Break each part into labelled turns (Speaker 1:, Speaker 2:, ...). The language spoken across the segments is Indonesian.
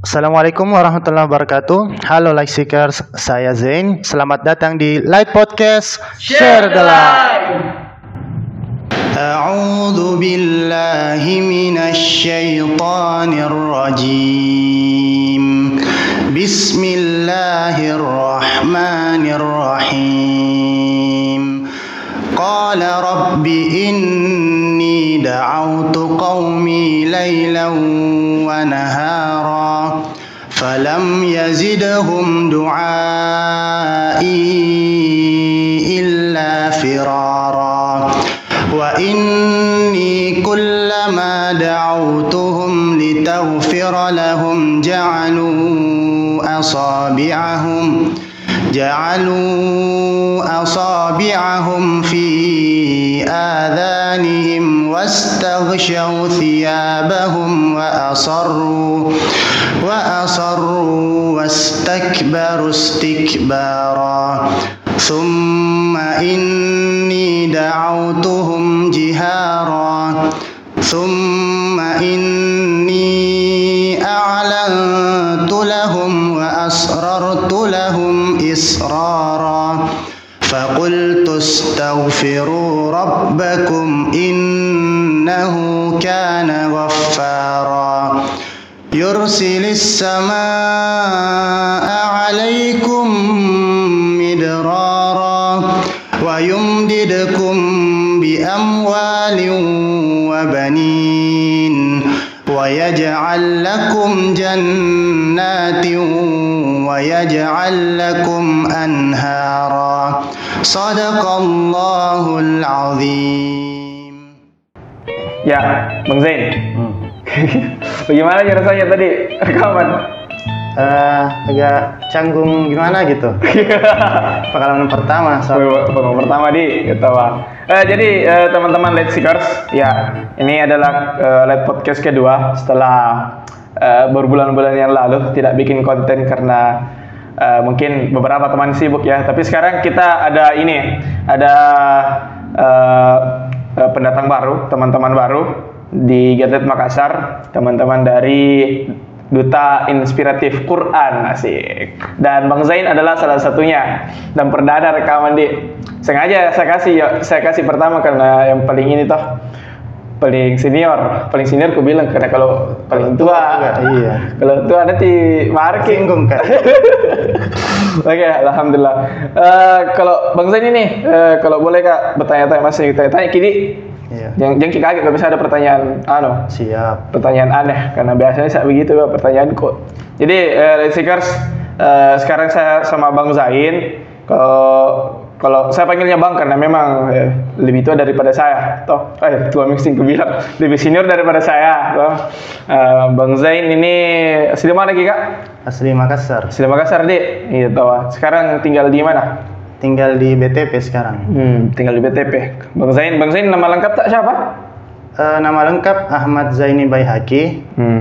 Speaker 1: Assalamualaikum warahmatullahi wabarakatuh. Halo Light Seekers, saya Zain. Selamat datang di Light Podcast Share the Light. A'udzu billahi minasy syaithanir rajim. Bismillahirrahmanirrahim. Qala rabbi inni da'awtu qaumi laylan wa nahara falam yazidhum du'ai illa firara wa inni kullama da'awtuhum litaghfira lahum جعلوا أصابعهم في آذانهم واستغشوا ثيابهم وأصروا واستكبروا استكبارا ثم إني دعوتهم جهارا ثم إني أعلنت لهم وأسررت لهم إسرارا فقلت استغفروا ربكم إنه كان غفارا يرسل السماء عليكم مدرارا ويمددكم بأموال وبنين ويجعل لكم جنات ويجعل لكم أنهارا صدق الله العظيم.
Speaker 2: Ya, Bang Zain. Bagaimana aja rasanya tadi rekaman?
Speaker 1: Agak canggung gimana gitu. Pengalaman pertama.
Speaker 2: Pengalaman pertama gitu Bang. Jadi teman-teman Light Seekers, ya ini adalah Light Podcast kedua setelah berbulan-bulan yang lalu tidak bikin konten karena mungkin beberapa teman sibuk ya. Tapi sekarang kita ada pendatang baru, teman-teman baru di Gadget Makassar, teman-teman dari Duta Inspiratif Quran, asik. Dan Bang Zain adalah salah satunya dan perdana rekaman sengaja saya kasih pertama karena yang paling ini paling senior ku bilang karena kalau paling tua
Speaker 1: iya.
Speaker 2: Kalau tua nanti marking
Speaker 1: kan.
Speaker 2: Oke, alhamdulillah. Kalau Bang Zain ini kalau boleh Kak bertanya-tanya masih tanya kini. Iya. Jangan kaget kalau bisa ada pertanyaan
Speaker 1: Siap.
Speaker 2: Pertanyaan aneh karena biasanya saya begitu pertanyaan kok. Jadi Light Seekers, sekarang saya sama Bang Zain. Kalau saya panggilnya Bang karena memang lebih tua daripada saya. Tua mixing bilang lebih senior daripada saya. Bang Zain ini asli mana lagi Kak?
Speaker 1: Asli Makassar.
Speaker 2: Asli Makassar Iya tahu. Sekarang tinggal di mana?
Speaker 1: Tinggal di BTP sekarang.
Speaker 2: Tinggal di BTP. Bang Zain nama lengkap tak siapa?
Speaker 1: Nama lengkap Ahmad Zaini Baihaqi.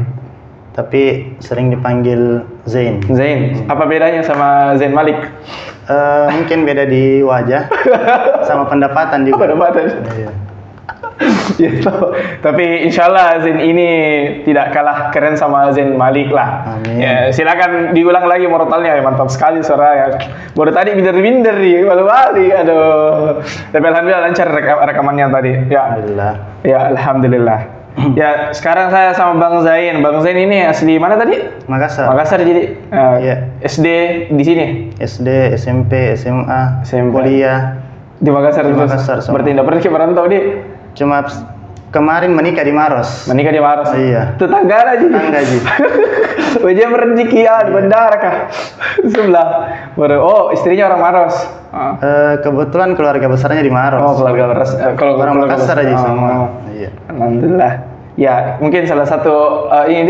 Speaker 1: Tapi sering dipanggil Zain.
Speaker 2: Zain. Apa bedanya sama Zain Malik?
Speaker 1: Mungkin beda di wajah sama pendapatan juga.
Speaker 2: Pendapatan.
Speaker 1: Iya.
Speaker 2: Gitu. Tapi insyaallah Zain ini tidak kalah keren sama Zain Malik lah.
Speaker 1: Amin.
Speaker 2: Ya, silakan diulang lagi mortalnya, mantap sekali suaranya. Baru tadi binder-binder malu-malu, aduh. Tapi alhamdulillah lancar rekamannya tadi. Ya.
Speaker 1: Alhamdulillah.
Speaker 2: Ya, alhamdulillah. Ya, sekarang saya sama Bang Zain. Bang Zain ini asli mana tadi?
Speaker 1: Makassar.
Speaker 2: Makassar jadi.
Speaker 1: Iya.
Speaker 2: SD di sini.
Speaker 1: SD, SMP, SMA, kuliah
Speaker 2: di Makassar.
Speaker 1: Di Makassar.
Speaker 2: Berarti enggak pernah ke merantau
Speaker 1: Cuma kemarin menikah di Maros. Iya.
Speaker 2: Tetangga aja. Wajah berezekian bandara kah? Sebelah. Istrinya orang Maros.
Speaker 1: Kebetulan keluarga besarnya di Maros.
Speaker 2: Keluarga Maros. Kalau
Speaker 1: orang Makassar aja semua. Iya.
Speaker 2: Alhamdulillah. Ya, mungkin salah satu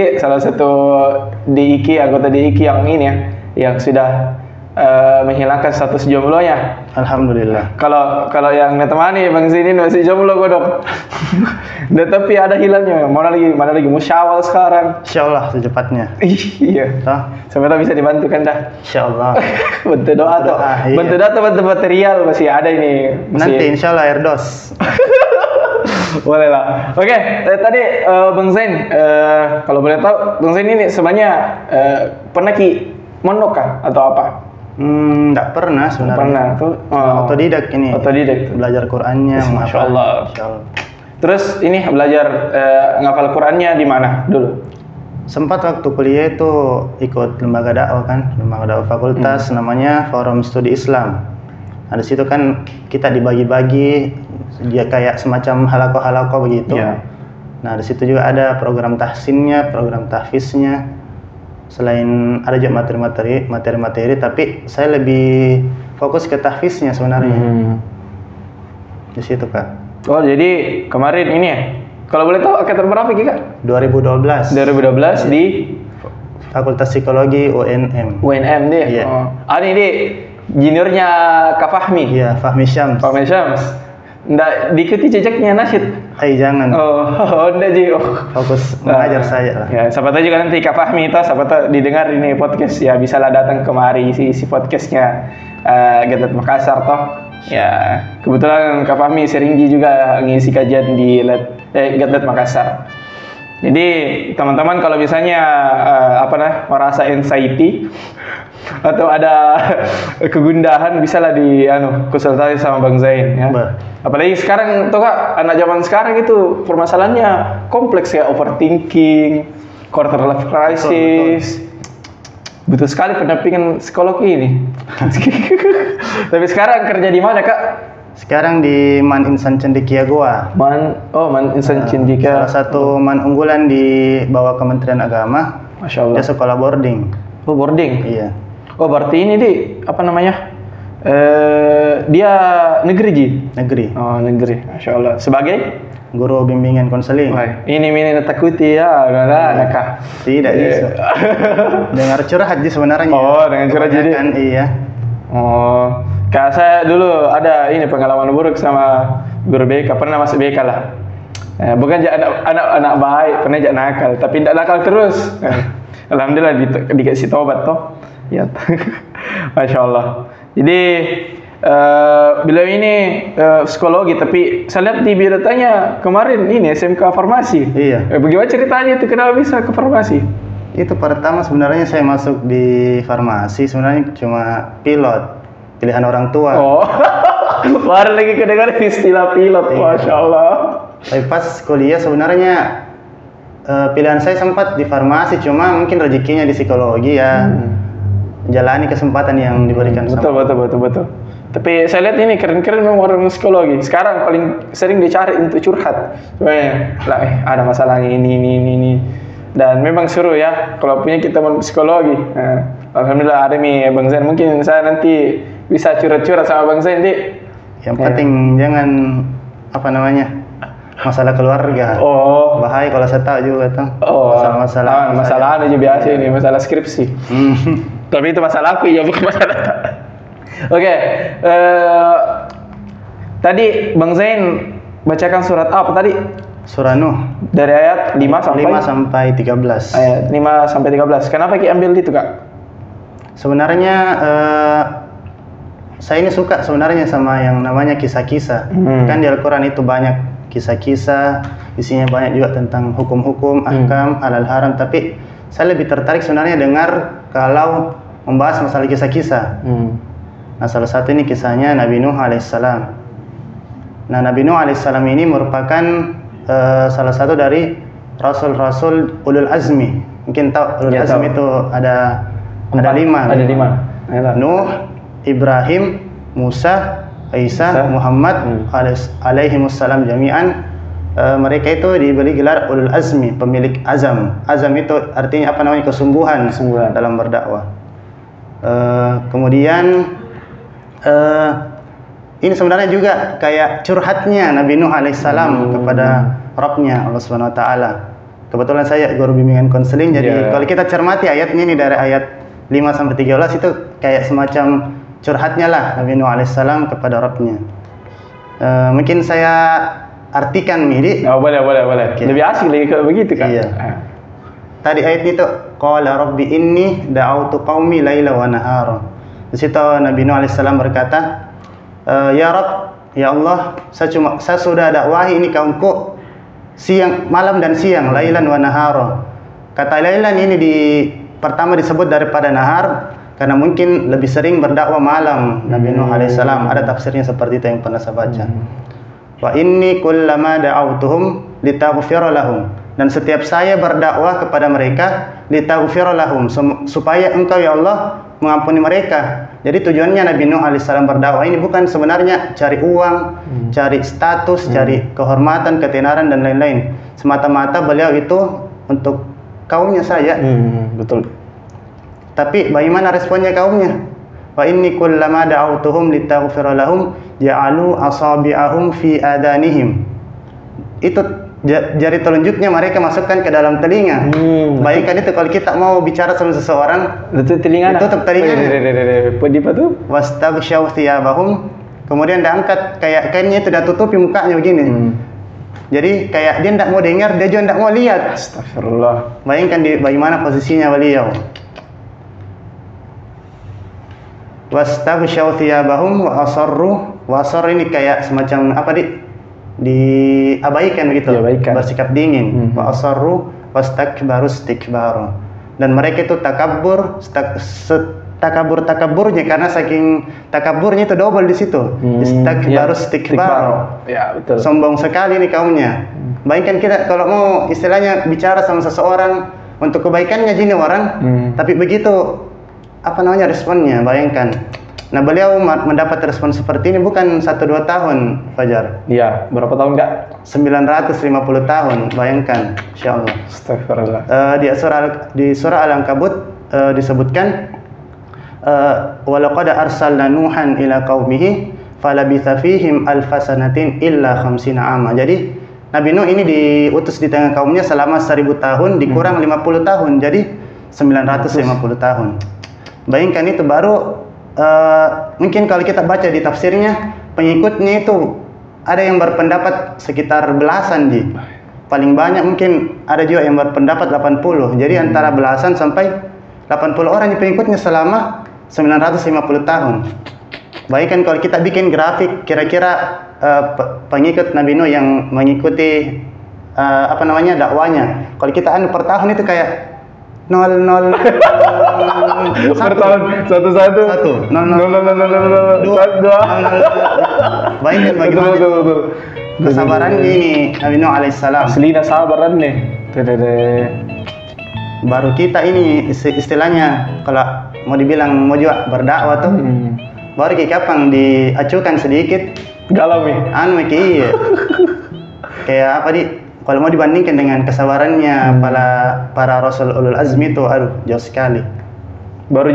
Speaker 2: anggota DIQ yang ini ya, yang sudah menghilangkan status jomblonya.
Speaker 1: Alhamdulillah.
Speaker 2: Kalau yang menemani Bang Zain ini masih jomblo godok. Tapi ada hilangnya. Mana lagi musyawal sekarang.
Speaker 1: Insyaallah secepatnya.
Speaker 2: Iya. Semoga bisa dibantu kan dah.
Speaker 1: Insyaallah.
Speaker 2: Bantu doa atau bantu data, bantu material masih ada ini.
Speaker 1: Nanti insyaallah airdos.
Speaker 2: Boleh lah. Oke, tadi Bang Zain, kalau boleh tahu, Bang Zain ini sebenarnya pernah mondok kah atau apa?
Speaker 1: Nggak pernah sebenarnya.
Speaker 2: Pernah tuh.
Speaker 1: Otodidak ini.
Speaker 2: Otodidak.
Speaker 1: Belajar Qurannya.
Speaker 2: Masya Allah.
Speaker 1: Masya Allah.
Speaker 2: Terus ini belajar ngafal Qurannya di mana dulu?
Speaker 1: Sempat waktu kuliah itu ikut lembaga dakwah kan, lembaga dakwah fakultas namanya Forum Studi Islam. Nah, di situ kan kita dibagi-bagi, dia kayak semacam halaqah-halaqah begitu.
Speaker 2: Yeah.
Speaker 1: Nah, di situ juga ada program tahsinnya, program tahfiznya. Selain ada juga materi-materi, tapi saya lebih fokus ke tahfiznya sebenarnya. Di situ, Kak.
Speaker 2: Oh, jadi kemarin ini ya? Kalau boleh tahu angkatan berapa Kak?
Speaker 1: 2012.
Speaker 2: 2012 di
Speaker 1: Fakultas Psikologi UNM.
Speaker 2: UNM deh.
Speaker 1: Iya.
Speaker 2: Oh. Ini juniornya Kak Fahmi.
Speaker 1: Iya, Fahmi Syams.
Speaker 2: Fahmi Syams. Nggak diikuti jejaknya Nasyid.
Speaker 1: Jangan.
Speaker 2: Enggak Ji.
Speaker 1: Fokus mengajar saya lah.
Speaker 2: Ya, siapa tahu juga nanti Kak Fahmi itu, siapa tahu didengar ini podcast ya, bisalah datang kemari si podcastnya Gatot Makassar toh. Ya, kebetulan Kak Fahmi sering juga ngisi kajian di Gatot Makassar. Jadi teman-teman kalau misalnya merasa anxiety atau ada kegundahan, bisalah konsultasi sama Bang Zain ya. Apalagi sekarang tuh Kak, anak zaman sekarang itu permasalahannya kompleks ya, overthinking, quarter life crisis. Butuh sekali pendampingan psikolog ini. Tapi sekarang kerja di mana Kak?
Speaker 1: Sekarang di Man Insan Cendekia Goa.
Speaker 2: Man Insan Cendekia.
Speaker 1: Salah satu man unggulan di bawah Kementerian Agama.
Speaker 2: Masya Allah.
Speaker 1: Dia sekolah boarding.
Speaker 2: Oh, boarding?
Speaker 1: Iya.
Speaker 2: Oh, berarti ini dia negeri Ji?
Speaker 1: Negeri.
Speaker 2: Oh, negeri. Masya Allah. Sebagai?
Speaker 1: Guru bimbingan konseling.
Speaker 2: Ini takuti ya, nakah?
Speaker 1: Tidak bisa. Dengar curhat Ji sebenarnya.
Speaker 2: Oh, dengan curhat jadi.
Speaker 1: Iya.
Speaker 2: Oh, kayak saya dulu ada ini pengalaman buruk sama guru BK, pernah masuk BK lah. Bukan anak baik, pernah jadi nakal, tapi tidak nakal terus. Alhamdulillah dikasih taubat toh. Ya. Masya Allah. Jadi beliau ini psikologi, tapi saya lihat di biodatanya kemarin ini SMK Farmasi.
Speaker 1: Iya.
Speaker 2: Bagaimana ceritanya itu, kenapa bisa ke farmasi?
Speaker 1: Itu pertama sebenarnya saya masuk di farmasi sebenarnya cuma pilot, pilihan orang tua.
Speaker 2: Oh, baru lagi kedengar istilah pilot,
Speaker 1: Iya.
Speaker 2: Masya Allah.
Speaker 1: Tapi pas kuliah sebenarnya pilihan saya sempat di farmasi, cuma mungkin rezekinya di psikologi ya. Jalani kesempatan yang diberikan.
Speaker 2: Betul. Tapi saya lihat ini keren-keren memang orang psikologi. Sekarang paling sering dicari untuk curhat. Sebenarnya ada masalah ini. Dan memang seru ya kalau punya kita psikologi. Alhamdulillah ada nih Bang Zain. Mungkin saya nanti bisa curhat-curhat sama Bang Zain deh.
Speaker 1: Yang penting jangan masalah keluarga.
Speaker 2: Oh,
Speaker 1: Bahaya kalau saya tahu juga tuh.
Speaker 2: oh,
Speaker 1: Masalah
Speaker 2: aja biasa ini, masalah skripsi. Tapi itu masalah aku ya, bukan masalah. Oke, tadi Bang Zain bacakan surat apa tadi?
Speaker 1: Surah Nuh
Speaker 2: Dari ayat 5
Speaker 1: sampai 13.
Speaker 2: Ayat 5 sampai 13. Kenapa Ki ambil itu, Kak?
Speaker 1: Sebenarnya saya ini suka sebenarnya sama yang namanya kisah-kisah. Kan di Al-Qur'an itu banyak kisah-kisah, isinya banyak juga tentang hukum-hukum, ahkam, halal haram, tapi saya lebih tertarik sebenarnya dengar kalau membahas masalah kisah-kisah. Nah, salah satu ini kisahnya Nabi Nuh alaihissalam. Nah, Nabi Nuh alaihissalam ini merupakan salah satu dari rasul-rasul ulul azmi. Mungkin tahu ulul azmi itu ada 5.
Speaker 2: Ada 5.
Speaker 1: Nuh, Ibrahim, Musa, Isa, Muhammad alaihimussalam jami'an. Mereka itu diberi gelar ulul azmi, pemilik azam. Azam itu artinya kesungguhan dalam berdakwah. Kemudian ini sebenarnya juga kayak curhatnya Nabi Nuh alaihissalam kepada Rabbnya Allah Subhanahu wa taala. Kebetulan saya guru bimbingan konseling, jadi kalau kita cermati ayatnya ini dari ayat 5 sampai 13 itu kayak semacam curhatnya lah Nabi Nuh alaihissalam kepada Rabbnya. Mungkin saya artikan ini.
Speaker 2: Oh, boleh. Okay. Lebih asik lagi kalau begitu kan.
Speaker 1: Iya. Tadi ayat itu qala rabbi inni da'autu qaumi laila wa nahara. Di situ Nabi Nuh alaihissalam berkata, ya Rabb, ya Allah, saya sudah dakwahi ini kaumku siang, malam dan siang, lailan wa nahara. Kata lailan ini pertama disebut daripada nahar karena mungkin lebih sering berdakwah malam Nabi Nuh alaihissalam. Ada tafsirnya seperti itu yang pernah saya baca. Wa inni kullama da'awtuhum litaghfira lahum, dan setiap saya berdakwah kepada mereka litaghfira lahum, supaya engkau ya Allah mengampuni mereka. Jadi tujuannya Nabi Nuh alaihissalam berdakwah ini bukan sebenarnya cari uang, cari status, cari kehormatan, ketenaran dan lain-lain. Semata-mata beliau itu untuk kaumnya saja.
Speaker 2: Betul.
Speaker 1: Tapi bagaimana responnya kaumnya? Wa inni kullama da'awtuhum litaghfira lahum ja'alu asabi'ahum fi adanihim. Itu jari telunjuknya mereka masukkan ke dalam telinga. Bayangkan itu kalau kita mau bicara sama seseorang,
Speaker 2: Tutup telinga.
Speaker 1: tutup telinga.
Speaker 2: Di tuh?
Speaker 1: Wastaghshaw thiyabahum. Kemudian diangkat kayak kainnya itu, dah tutupi mukanya begini. Jadi kayak dia tidak mau dengar, dia juga tidak mau lihat.
Speaker 2: Astagfirullah.
Speaker 1: Bayangkan bagaimana posisinya beliau. Wastaghshaw thiyabahum wa asarru. Wa asar ini kayak semacam apa diabaikan begitu, bersikap dingin. Wa asarru wastakbaru istikbara. Dan mereka itu takabur, takabur-takaburnya karena saking takaburnya itu double di situ. Istakbaru istikbara.
Speaker 2: Ya, betul.
Speaker 1: Sombong sekali nih kaumnya. Bayangkan kita kalau mau istilahnya bicara sama seseorang untuk kebaikannya gini orang, tapi begitu responnya, bayangkan. Nah, beliau mendapat respon seperti ini bukan 1-2 tahun, Fajar.
Speaker 2: Iya, berapa tahun Kak?
Speaker 1: 950 tahun, bayangkan, insyaallah.
Speaker 2: Astagfirullah.
Speaker 1: Di surah Al-Ankabut disebutkan walaqad arsalna nuhan ila qaumihi falabitha fihim alfasanatin illa 50 ama. Jadi Nabi Nuh ini diutus di tengah kaumnya selama 1000 tahun dikurang 50 tahun, jadi 950 tahun. Bayangkan itu baru mungkin kalau kita baca di tafsirnya, pengikutnya itu ada yang berpendapat sekitar belasan paling banyak mungkin ada juga yang berpendapat 80. Jadi antara belasan sampai 80 orang pengikutnya selama 950 tahun. Bayangkan kalau kita bikin grafik kira-kira pengikut Nabi Nuh yang mengikuti dakwanya. Kalau kita per tahun itu kayak 0
Speaker 2: per tahun 1 0 0 0 2.
Speaker 1: Bayangkan bagaimana kesabarannya ini Nabi Nuh alaihissalam.
Speaker 2: Asli sabaran nih.
Speaker 1: Baru kita ini istilahnya kalau mau dibilang mau juga berdakwah tuh, baru kapan diacukan sedikit
Speaker 2: galau nih.
Speaker 1: Iya. Kayak apa kalau mau dibandingkan dengan kesabarannya para rasul ulul azmi itu, jauh sekali.
Speaker 2: Baru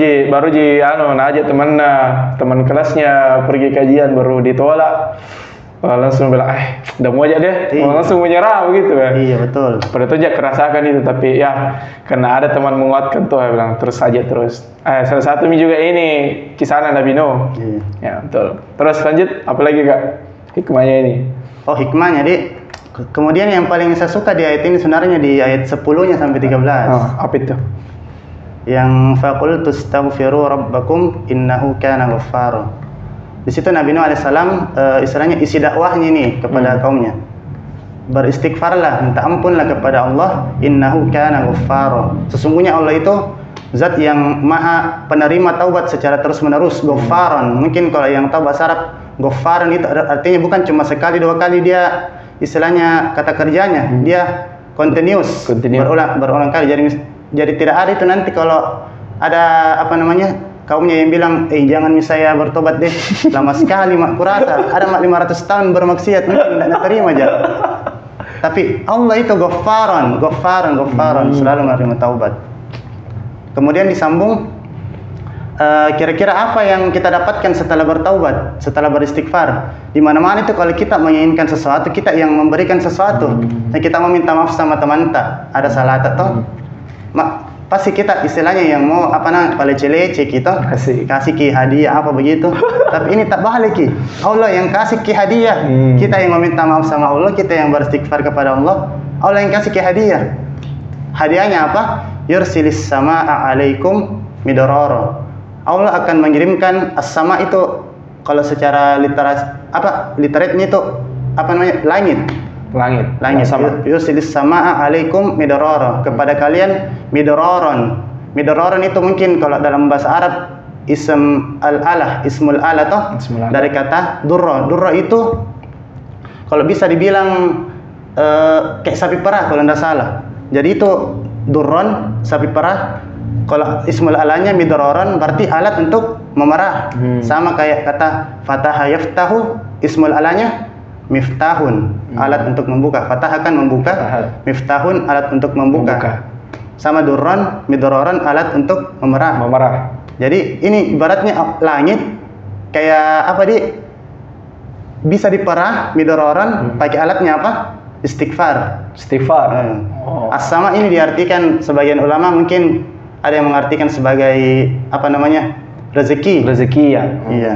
Speaker 2: najak teman kelasnya pergi kajian baru ditolak. Langsung bilang, udah mau aja deh, langsung menyerah begitu ya.
Speaker 1: Iya betul.
Speaker 2: Pada itu kerasakan itu, tapi ya karena ada teman menguatkan tuh, bilang terus saja terus. Salah satu juga ini kisah Nabi Nuh.
Speaker 1: Iya.
Speaker 2: Ya betul. Terus lanjut, apalagi Kak hikmahnya ini?
Speaker 1: Oh, hikmahnya kemudian yang paling saya suka di ayat ini sebenarnya di ayat 10-nya sampai 13.
Speaker 2: Apa itu?
Speaker 1: Yang faqultu astaghfiru rabbakum innahu kana ghaffara. Di situ Nabi Nuh alaihissalam istilahnya isi dakwahnya nih kepada kaumnya. Beristighfarlah, minta ampunlah kepada Allah, innahu kana ghaffara. Sesungguhnya Allah itu zat yang maha penerima taubat secara terus-menerus, ghaffaran. Mungkin kalau yang tahu bahasa Arab, ghaffaran itu artinya bukan cuma sekali 2 kali dia istilahnya kata kerjanya, dia continuous. berulang kali. Jadi tidak ada itu nanti kalau ada kaumnya yang bilang, jangan saya bertobat deh, lama sekali mak kurasa, ada mak 500 tahun bermaksiat, mungkin tidak terima aja. Tapi Allah itu ghaffaran, selalu menerima taubat. Kemudian disambung, kira-kira apa yang kita dapatkan setelah bertaubat, setelah beristighfar? Di mana-mana itu kalau kita menginginkan sesuatu, kita yang memberikan sesuatu. Dan kita mau minta maaf sama teman kita, ada salah atau pasti kita istilahnya yang mau lece-lece kita kasih ki hadiah apa begitu. Tapi ini tak balik Allah yang kasih ki hadiah. Kita yang meminta maaf sama Allah, kita yang beristighfar kepada Allah, Allah yang kasih ki hadiah. Hadiahnya apa? Yursilis samaa'a alaikum midrara. Allah akan mengirimkan as-sama itu kalau secara literatnya itu apa namanya? Langit.
Speaker 2: Sama.
Speaker 1: Yusilis samaa alaikum midrara. Kepada kalian midraron. Midraron itu mungkin kalau dalam bahasa Arab ismul ala toh dari kata durra. Durra itu kalau bisa dibilang kayak sapi perah kalau tidak salah. Jadi itu durron, sapi perah. Kalau ismul alanya midraron berarti alat untuk memerah. Sama kayak kata fataha yaftahu, ismul alanya miftahun, alat untuk membuka. Fatah akan membuka, miftahun alat untuk membuka. Sama durron, midraron alat untuk memerah. Jadi ini ibaratnya langit kayak apa bisa diperah midraron pakai alatnya apa? Istighfar. As-sama ini diartikan sebagian ulama mungkin ada yang mengartikan sebagai apa namanya? Rezeki
Speaker 2: ya.
Speaker 1: Iya.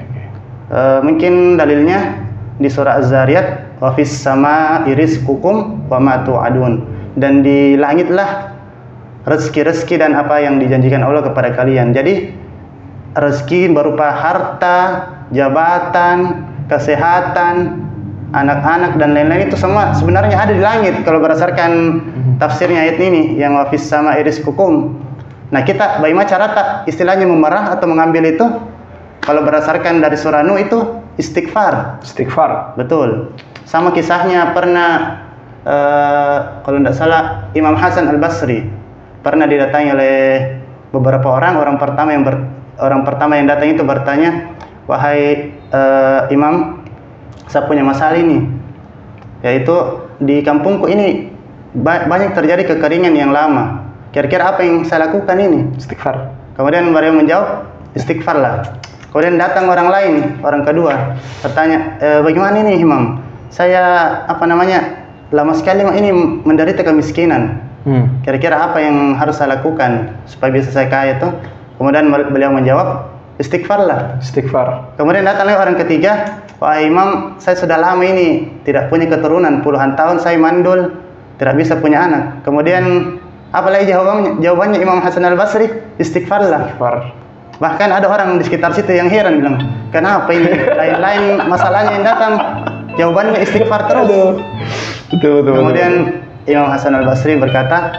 Speaker 1: Mungkin dalilnya di surah Az-Zariyat wa fis sama rizqukum wa ma tu'adun, dan di langitlah rezeki dan apa yang dijanjikan Allah kepada kalian. Jadi rezeki berupa harta, jabatan, kesehatan, anak-anak dan lain-lain itu semua sebenarnya ada di langit kalau berdasarkan tafsirnya ayat ini yang wa fis sama rizqukum. Nah, kita bagaimana cara istilahnya memerah atau mengambil itu? Kalau berdasarkan dari surah Nuh itu istighfar. Betul. Sama kisahnya pernah kalau tidak salah Imam Hasan Al-Basri pernah didatangi oleh beberapa orang. Orang pertama yang datang itu bertanya, "Wahai Imam, saya punya masalah ini. Yaitu di kampungku ini banyak terjadi kekeringan yang lama. Kira-kira apa yang saya lakukan ini?"
Speaker 2: Istighfar.
Speaker 1: Kemudian beliau menjawab, istighfarlah. Kemudian datang orang lain, orang kedua, bertanya, bagaimana ini Imam? Saya lama sekali ini menderita kemiskinan. Kira-kira apa yang harus saya lakukan supaya bisa saya kaya tuh? Kemudian beliau menjawab, istighfarlah. Kemudian datang lagi orang ketiga, wah Imam, saya sudah lama ini tidak punya keturunan, puluhan tahun saya mandul, tidak bisa punya anak. Kemudian apalagi jawabannya Imam Hasan Al-Basri, istighfarlah. Bahkan ada orang di sekitar situ yang heran bilang, kenapa ini lain-lain masalahnya yang datang jawabannya istighfar terus.
Speaker 2: Betul.
Speaker 1: Kemudian Imam Hasan Al-Basri berkata,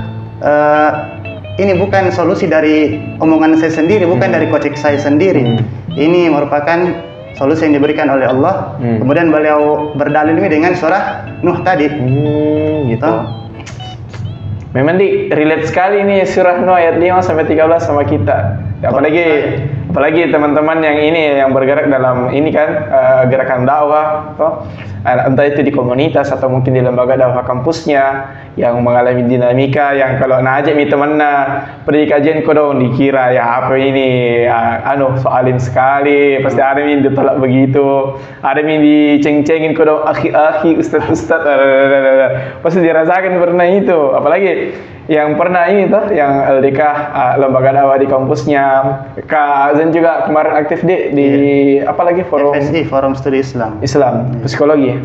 Speaker 1: ini bukan solusi dari omongan saya sendiri, bukan dari kocek saya sendiri. Ini merupakan solusi yang diberikan oleh Allah. Kemudian beliau berdalil ini dengan surah Nuh tadi.
Speaker 2: Gitu. Memang relate sekali nih surah Nuh ayat 5 sampai 13 sama kita. Apalagi teman-teman yang ini yang bergerak dalam ini kan gerakan dakwah, entah itu di komunitas atau mungkin di lembaga dakwah kampusnya yang mengalami dinamika yang kalau najak mi temanna pergi kajian ko dong dikira ya apa ini soalim sekali, pasti ada yang ditolak begitu, ada yang diceng-cengin ko dong akhi ustaz pasti dirasakan pernah itu. Apalagi yang pernah ini yang LDK lembaga dakwah di kampusnya Kak Zen juga kemarin aktif di apalagi forum
Speaker 1: FSI, Forum Studi Islam
Speaker 2: psikologi.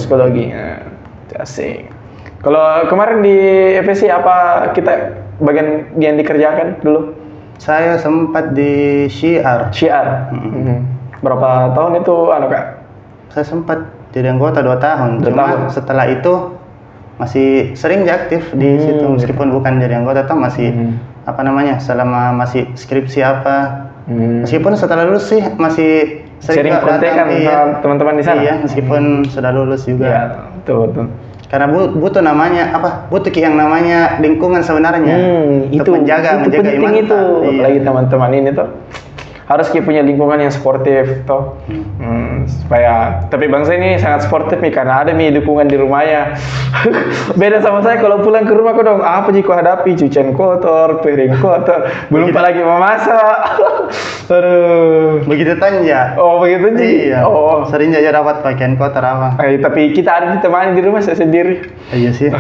Speaker 2: Asik. Kalau kemarin di FSI apa kita bagian yang dikerjakan dulu?
Speaker 1: Saya sempat di Syiar.
Speaker 2: Berapa tahun itu Kak?
Speaker 1: Saya sempat jadi anggota 2 tahun. Setelah itu masih sering aktif di situ meskipun bukan jadi anggota masih selama masih skripsi meskipun setelah lulus sih masih
Speaker 2: sering kontekan sama teman-teman di sana.
Speaker 1: Iya, meskipun sudah lulus juga.
Speaker 2: Iya, betul.
Speaker 1: Karena butuh butuh yang namanya lingkungan sebenarnya.
Speaker 2: Itu
Speaker 1: menjaga
Speaker 2: penting
Speaker 1: iman.
Speaker 2: Itu. Apalagi teman-teman ini tuh harus punya lingkungan yang sportif toh. Supaya tapi bangsa ini sangat sportif nih karena ada dukungan di rumahnya. Beda sama saya kalau pulang ke rumah dong apa sih hadapi cucian kotor, piring kotor, belum lagi memasak. Aduh.
Speaker 1: Begitu tanya.
Speaker 2: Oh begitu sih.
Speaker 1: Iya. Sering aja dapat pakaian kotor apa.
Speaker 2: Tapi kita ada ditemani di rumah saya sendiri.
Speaker 1: Iya sih.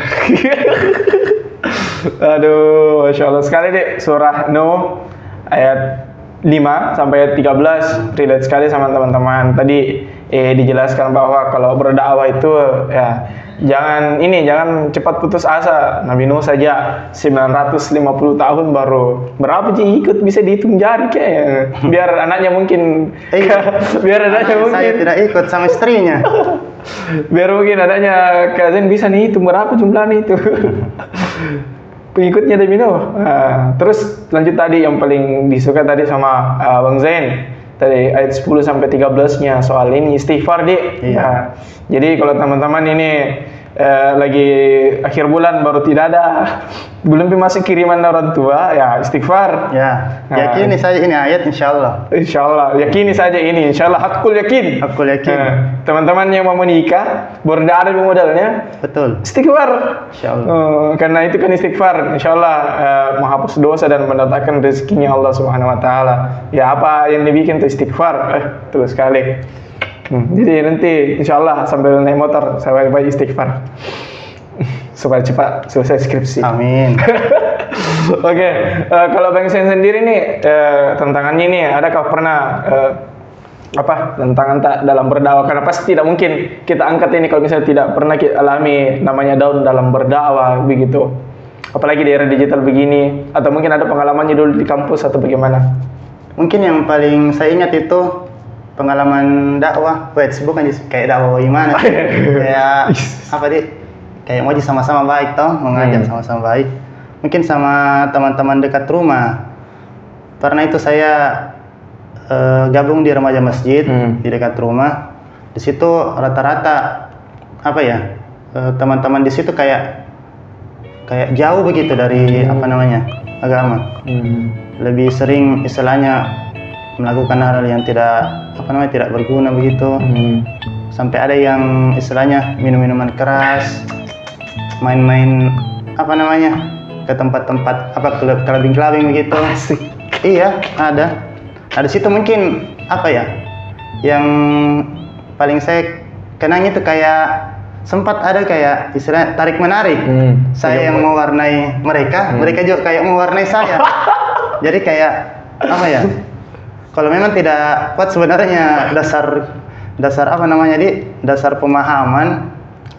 Speaker 2: Aduh, Masya Allah sekali deh surah Nuh ayat 5 sampai 13 relate sekali sama teman-teman. Tadi dijelaskan bahwa kalau berdakwah itu ya jangan cepat putus asa. Nabi Nuh saja 950 tahun baru berapa sih ikut, bisa dihitung jari kayak. Biar anaknya mungkin biar anaknya mungkin
Speaker 1: saya tidak ikut sama istrinya.
Speaker 2: Biar mungkin anaknya kalian bisa nih hitung berapa jumlahnya itu. Pengikutnya Nabi Nuh. Terus lanjut tadi yang paling disuka tadi sama Bang Zain. Tadi ayat 10 sampai 13-nya soal ini istighfar, Dik.
Speaker 1: Iya.
Speaker 2: Nah, jadi kalau teman-teman ini lagi akhir bulan baru tidak ada, belum masuk kiriman orang tua, ya istighfar.
Speaker 1: Ya, yakini saja ini ayat insyaallah.
Speaker 2: Insyaallah, yakini saja ini, insyaallah hakul yakin.
Speaker 1: Hakul yakin.
Speaker 2: Teman-teman yang mau menikah, baru ada modalnya,
Speaker 1: Betul.
Speaker 2: istighfar.
Speaker 1: Insyaallah.
Speaker 2: Karena itu kan istighfar, insyaallah menghapus dosa dan mendatangkan rezekinya Allah Subhanahu Wa Taala. Ya apa yang dibikin tuh istighfar, terus sekali. Jadi nanti insyaallah sambil naik motor saya baca istighfar supaya cepat selesai skripsi.
Speaker 1: Amin.
Speaker 2: Oke, kalau Bang Sen sendiri nih tantangannya nih, adakah pernah tantangan tak dalam berdakwah? Karena pasti tidak mungkin kita angkat ini kalau misalnya tidak pernah kita alami namanya down dalam berdakwah begitu. Apalagi di era digital begini, atau mungkin ada pengalamannya dulu di kampus atau bagaimana?
Speaker 1: Mungkin yang paling saya ingat itu pengalaman dakwah, bukan kayak dakwah gimana? Kayak apa kayak mau sama-sama baik toh, mengajar sama-sama baik. Mungkin sama teman-teman dekat rumah. Karena itu saya gabung di remaja masjid di dekat rumah. Di situ rata-rata teman-teman di situ kayak jauh begitu dari agama. Lebih sering istilahnya melakukan hal yang tidak berguna begitu. Sampai ada yang istilahnya minum-minuman keras, main-main ke tempat-tempat kelabing-kelabing begitu.
Speaker 2: Asik.
Speaker 1: Iya, ada. Di situ mungkin yang paling saya kenang itu kayak sempat ada kayak istilah tarik menarik. Saya yang mewarnai mereka, mereka juga kayak mewarnai saya. Jadi kayak kalau memang tidak kuat sebenarnya dasar dasar pemahaman,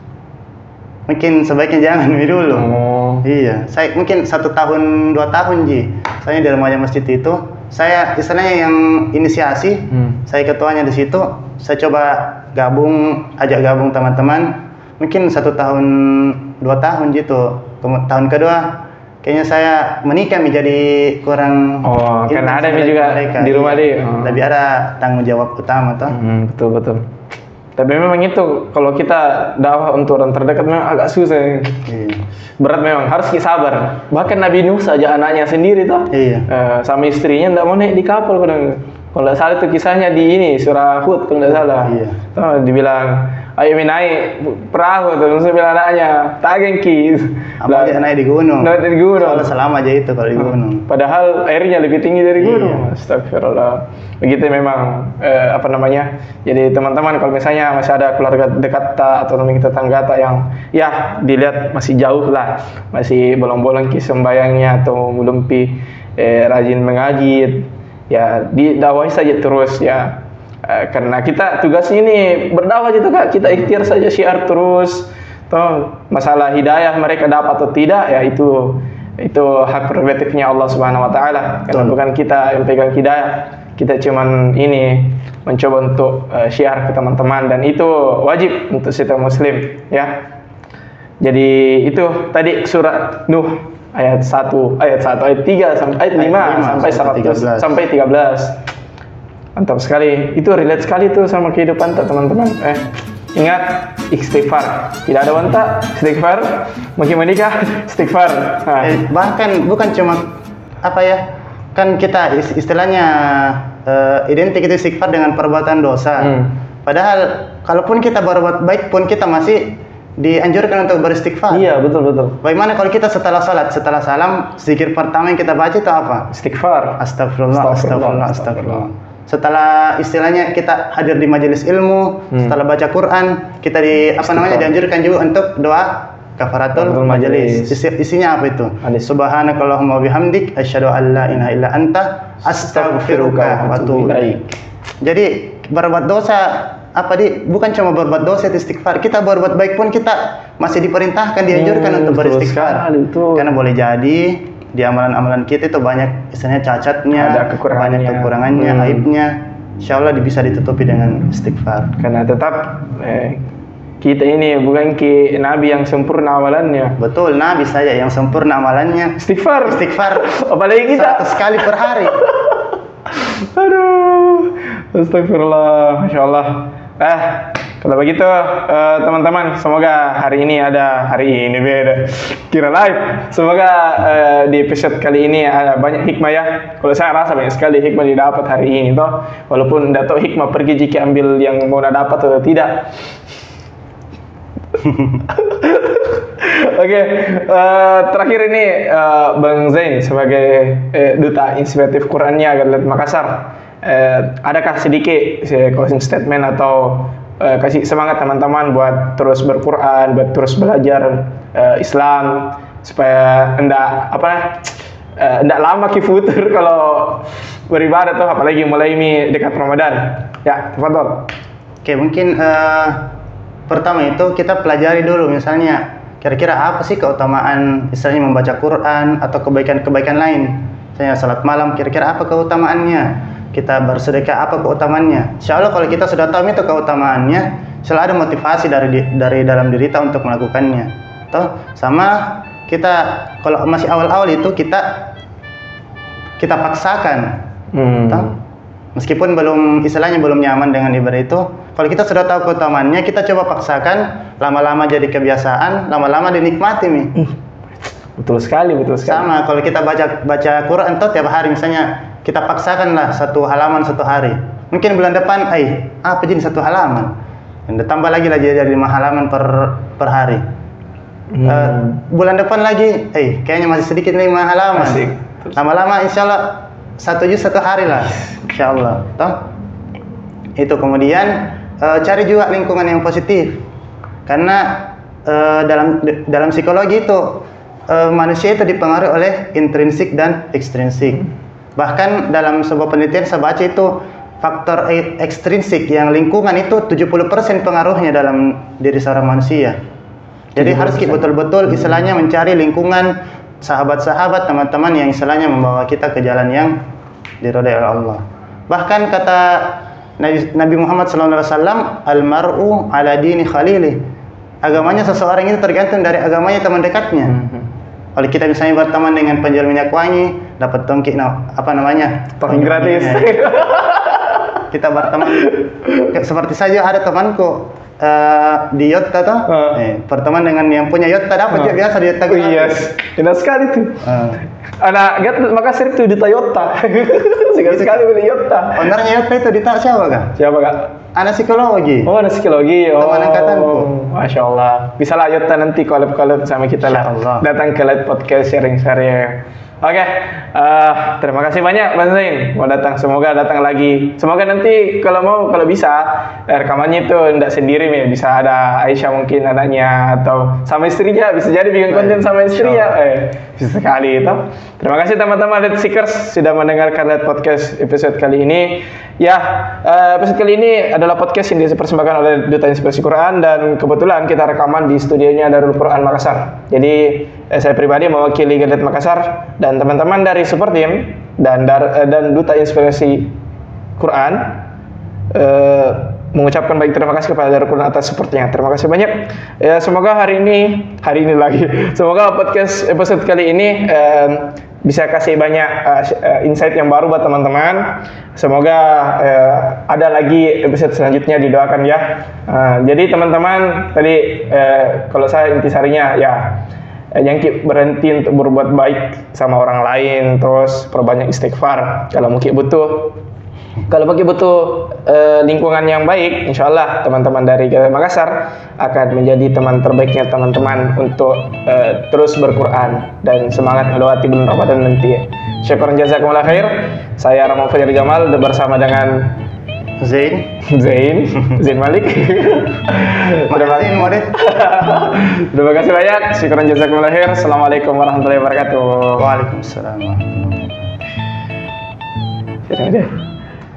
Speaker 1: mungkin sebaiknya jangan dulu. Iya, saya mungkin 1 tahun 2 tahun saya di remaja masjid itu, saya istilahnya yang inisiasi, saya ketuanya di situ, saya coba ajak gabung teman-teman, mungkin 1 tahun 2 tahun gitu. Tahun kedua kayaknya saya menikah menjadi kurang.
Speaker 2: Karena ada juga mereka di rumah dia.
Speaker 1: Lebih ada tanggung jawab utama toh.
Speaker 2: Betul. Tapi memang itu kalau kita dakwah untuk orang terdekat memang agak susah. Berat memang, harus sabar. Bahkan Nabi Nuh saja anaknya sendiri toh. Sama istrinya tidak mau naik di kapal kadang. Kalau tidak salah itu kisahnya di surah Hud kalau tidak salah. Dibilang ayo naik perahu, terus bilang anaknya tak gengki.
Speaker 1: Apalagi naik di gunung.
Speaker 2: Naik di gunung.
Speaker 1: Soalnya selama aja itu kalau di gunung.
Speaker 2: Padahal airnya lebih tinggi dari gunung. Astagfirullah. Begitu memang Jadi teman-teman kalau misalnya masih ada keluarga dekat atau tetangga yang dilihat masih jauh lah, masih bolong-bolong sembayangnya atau belum rajin mengaji, ya didakwahi saja terus ya. Karena kita tugasnya ini berdakwah gitu Kak, kita ikhtiar saja syiar terus. Toh masalah hidayah mereka dapat atau tidak ya itu hak prerogatifnya Allah Subhanahu Wa Taala. Karena bukan kita yang pegang hidayah, kita cuman mencoba untuk syiar ke teman-teman, dan itu wajib untuk setiap muslim ya. Jadi itu tadi surat Nuh ayat 1, ayat 3 sampai ayat 5 sampai 13. Mantap sekali, itu relate sekali tuh sama kehidupan teman-teman. Ingat istighfar, tidak ada wanta istighfar, mungkin menikah istighfar.
Speaker 1: Bahkan bukan cuma kan kita istilahnya identik itu istighfar dengan perbuatan dosa. Padahal kalaupun kita berbuat baik pun kita masih dianjurkan untuk beristighfar.
Speaker 2: Iya, betul.
Speaker 1: Bagaimana kalau kita setelah salat, setelah salam, zikir pertama yang kita baca itu apa?
Speaker 2: Istighfar.
Speaker 1: Astagfirullah. Setelah istilahnya kita hadir di majelis ilmu, setelah baca Quran, kita dianjurkan juga untuk doa kafaratul majelis. Isinya apa itu? Subhanakallahumma bihamdik asyhadu an la ilaha illa anta astaghfiruka wa atubu ilaik. Jadi berbuat dosa bukan cuma berbuat dosa istighfar, kita berbuat baik pun kita masih diperintahkan, dianjurkan untuk beristighfar. Karena boleh jadi di amalan-amalan kita itu banyak istilahnya cacatnya, banyak kekurangannya, aibnya. Insya Allah bisa ditutupi dengan istighfar.
Speaker 2: Karena tetap kita ini bukan nabi yang sempurna amalannya.
Speaker 1: Betul, nabi saja yang sempurna amalannya
Speaker 2: istighfar. Apalagi kita
Speaker 1: 100 kali per hari.
Speaker 2: Aduh, astagfirullah, masya Allah. Kalau begitu teman-teman, semoga hari ini beda, kira live. Semoga di episode kali ini ada banyak hikmah ya. Kalau saya rasa banyak sekali hikmah didapat hari ini toh. Walaupun tidak tahu hikmah pergi jika ambil yang mau dapat atau tidak. Oke, terakhir ini Bang Zain sebagai duta inspiratif Qurannya Gadlet Makassar, adakah sedikit closing statement atau kasih semangat teman-teman buat terus berquran, buat terus belajar Islam supaya enggak lama kifutur kalau beribadah tuh, apalagi mulai ini dekat Ramadan. Ya, tafadhol.
Speaker 1: Oke, mungkin pertama itu kita pelajari dulu misalnya kira-kira apa sih keutamaan misalnya membaca Quran atau kebaikan-kebaikan lain. Misalnya salat malam, kira-kira apa keutamaannya? Kita bersedekah, apa keutamaannya? Insya Allah kalau kita sudah tahu itu keutamaannya, selalu ada motivasi dari dalam diri kita untuk melakukannya. Toh sama kita kalau masih awal-awal itu kita paksakan. Toh? Meskipun istilahnya belum nyaman dengan ibadah itu, kalau kita sudah tahu keutamaannya, kita coba paksakan, lama-lama jadi kebiasaan, lama-lama dinikmati nih.
Speaker 2: Betul sekali.
Speaker 1: Sama kalau kita baca Quran tuh tiap hari misalnya, kita paksakanlah 1 halaman 1 hari. Mungkin bulan depan, apa jadi 1 halaman? Dan tambah lagi jadi 5 halaman per hari. Bulan depan lagi, kayaknya masih sedikit 5 halaman. Lama-lama insya Allah 1 juz 1 hari lah, insya Allah. Toh? Itu kemudian cari juga lingkungan yang positif. Karena dalam psikologi itu manusia itu dipengaruhi oleh intrinsik dan ekstrinsik. Bahkan dalam sebuah penelitian saya baca itu faktor ekstrinsik yang lingkungan itu 70% pengaruhnya dalam diri seorang manusia. Jadi harus kita betul-betul istilahnya mencari lingkungan sahabat-sahabat, teman-teman yang istilahnya membawa kita ke jalan yang diridhai oleh Allah. Bahkan kata Nabi Muhammad SAW, almar'u ala dini khalilih. Agamanya seseorang itu tergantung dari agamanya teman dekatnya. Kalau kita misalnya berteman dengan penjual minyak wangi, dapat tongki
Speaker 2: tongki gratis.
Speaker 1: Kita berteman seperti saja ada temanku di Yotta tuh, berteman dengan yang punya Yotta dapat biasa di Yotta.
Speaker 2: Yes, enak sekali tuh. Anak Gadlet Makassar itu di Toyota. Sekali beli Yotta.
Speaker 1: Ownernya Yotta itu di siapa kak?
Speaker 2: Siapa kak?
Speaker 1: Anak psikologi.
Speaker 2: Oh, anak psikologi.
Speaker 1: Teman angkatanku.
Speaker 2: Masya Allah. Bisa lah Yotta nanti collab sama kita lah. Datang ke Live Podcast sharing-sharing. Oke, terima kasih banyak Bang Zain mau datang. Semoga datang lagi. Semoga nanti kalau bisa rekamannya itu tidak sendiri nih. Bisa ada Aisyah mungkin anaknya atau sama istrinya. Bisa jadi bikin konten sama istrinya. Bisa sekali itu. Terima kasih teman-teman Light Seekers sudah mendengarkan Light Podcast episode kali ini. Ya, episode kali ini adalah podcast yang dipersembahkan oleh Duta Inspirasi Quran dan kebetulan kita rekaman di studionya Darul Quran Makassar. Jadi saya pribadi mewakili Gadlet Makassar dan teman-teman dari support team dan Duta Inspirasi Quran mengucapkan baik terima kasih kepada Darul Quran atas supportnya. Terima kasih banyak. Ya, semoga hari ini lagi. Semoga podcast episode kali ini bisa kasih banyak insight yang baru buat teman-teman. Semoga ada lagi episode selanjutnya, didoakan ya. Jadi teman-teman tadi kalau saya intisarinya ya yang berhenti untuk berbuat baik sama orang lain, terus perbanyak istighfar kalau mungkin butuh. Kalau bagi butuh lingkungan yang baik, insya Allah teman-teman dari Gadlet Makassar akan menjadi teman terbaiknya teman-teman untuk terus berquran dan semangat melewati bulan Ramadan nanti. Syukuran jazakumullah khair. Saya Rahman Fajar Jamal bersama dengan
Speaker 1: Zain
Speaker 2: Malik. Terima kasih banyak. Syukuran jazakumullah khair. Assalamualaikum warahmatullahi wabarakatuh.
Speaker 1: Waalaikumsalam warahmatullahi wabarakatuh.